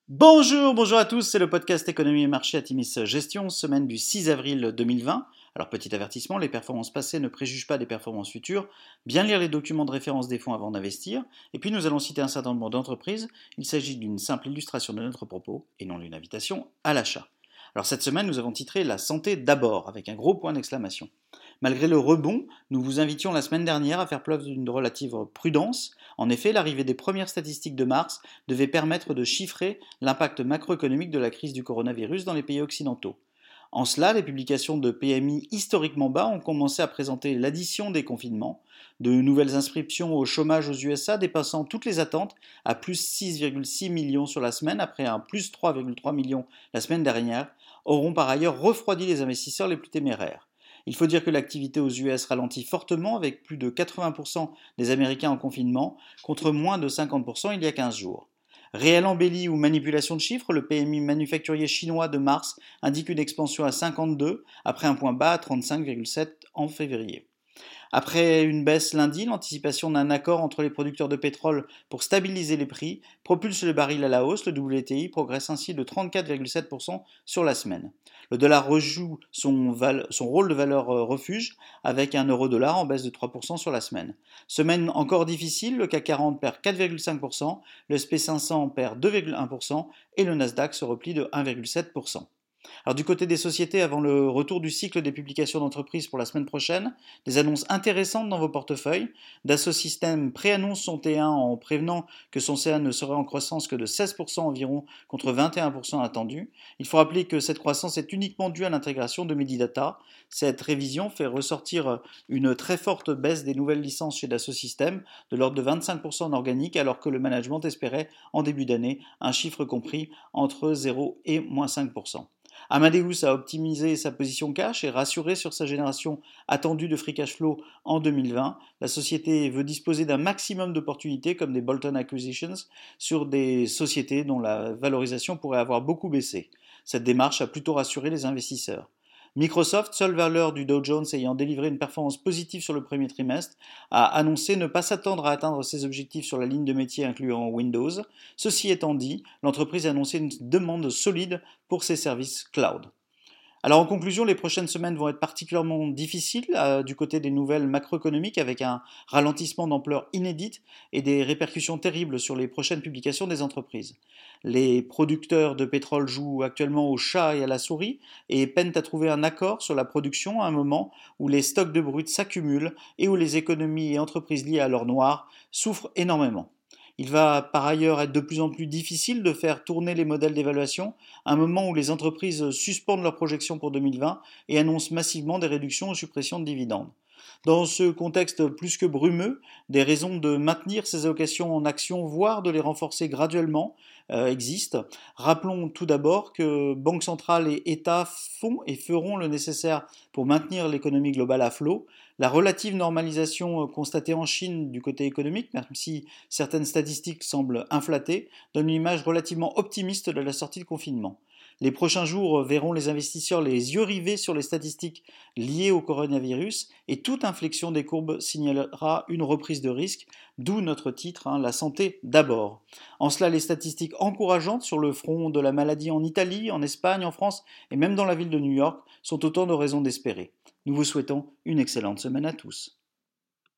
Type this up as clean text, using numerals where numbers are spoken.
Bonjour à tous, c'est le podcast Économie et Marché à Timis Gestion, semaine du 6 avril 2020. Alors petit avertissement, les performances passées ne préjugent pas des performances futures, bien lire les documents de référence des fonds avant d'investir, et puis nous allons citer un certain nombre d'entreprises, il s'agit d'une simple illustration de notre propos et non d'une invitation à l'achat. Alors cette semaine nous avons titré La santé d'abord, avec un gros point d'exclamation. Malgré le rebond, nous vous invitions la semaine dernière à faire preuve d'une relative prudence. En effet, l'arrivée des premières statistiques de mars devait permettre de chiffrer l'impact macroéconomique de la crise du coronavirus dans les pays occidentaux. En cela, les publications de PMI historiquement bas ont commencé à présenter l'addition des confinements, de nouvelles inscriptions au chômage aux USA dépassant toutes les attentes à plus 6,6 millions sur la semaine après un plus 3,3 millions la semaine dernière, auront par ailleurs refroidi les investisseurs les plus téméraires. Il faut dire que l'activité aux US ralentit fortement avec plus de 80% des Américains en confinement contre moins de 50% il y a 15 jours. Réelle embellie ou manipulation de chiffres, le PMI manufacturier chinois de mars indique une expansion à 52 après un point bas à 35,7 en février. Après une baisse lundi, l'anticipation d'un accord entre les producteurs de pétrole pour stabiliser les prix propulse le baril à la hausse. Le WTI progresse ainsi de 34,7% sur la semaine. Le dollar rejoue son rôle de valeur refuge avec un euro-dollar en baisse de 3% sur la semaine. Semaine encore difficile, le CAC 40 perd 4,5%, le SP500 perd 2,1% et le Nasdaq se replie de 1,7%. Alors du côté des sociétés, avant le retour du cycle des publications d'entreprises pour la semaine prochaine, des annonces intéressantes dans vos portefeuilles. Dassault Systèmes préannonce son T1 en prévenant que son CA ne serait en croissance que de 16% environ contre 21% attendu. Il faut rappeler que cette croissance est uniquement due à l'intégration de Medidata. Cette révision fait ressortir une très forte baisse des nouvelles licences chez Dassault Systèmes, de l'ordre de 25% en organique, alors que le management espérait en début d'année un chiffre compris entre 0 et moins 5%. Amadeus a optimisé sa position cash et rassuré sur sa génération attendue de free cash flow en 2020. La société veut disposer d'un maximum d'opportunités comme des bolt-on acquisitions sur des sociétés dont la valorisation pourrait avoir beaucoup baissé. Cette démarche a plutôt rassuré les investisseurs. Microsoft, seule valeur du Dow Jones ayant délivré une performance positive sur le premier trimestre, a annoncé ne pas s'attendre à atteindre ses objectifs sur la ligne de métier incluant Windows. Ceci étant dit, l'entreprise a annoncé une demande solide pour ses services cloud. Alors en conclusion, les prochaines semaines vont être particulièrement difficiles du côté des nouvelles macroéconomiques avec un ralentissement d'ampleur inédite et des répercussions terribles sur les prochaines publications des entreprises. Les producteurs de pétrole jouent actuellement au chat et à la souris et peinent à trouver un accord sur la production à un moment où les stocks de brut s'accumulent et où les économies et entreprises liées à l'or noir souffrent énormément. Il va par ailleurs être de plus en plus difficile de faire tourner les modèles d'évaluation à un moment où les entreprises suspendent leurs projections pour 2020 et annoncent massivement des réductions ou suppressions de dividendes. Dans ce contexte plus que brumeux, des raisons de maintenir ces allocations en actions, voire de les renforcer graduellement, existent. Rappelons tout d'abord que banques centrales et États font et feront le nécessaire pour maintenir l'économie globale à flot. La relative normalisation constatée en Chine du côté économique, même si certaines statistiques semblent inflatées, donne une image relativement optimiste de la sortie de confinement. Les prochains jours verront les investisseurs les yeux rivés sur les statistiques liées au coronavirus et toute inflexion des courbes signalera une reprise de risque, d'où notre titre, La santé d'abord. En cela, les statistiques encourageantes sur le front de la maladie en Italie, en Espagne, en France et même dans la ville de New York sont autant de raisons d'espérer. Nous vous souhaitons une excellente semaine à tous.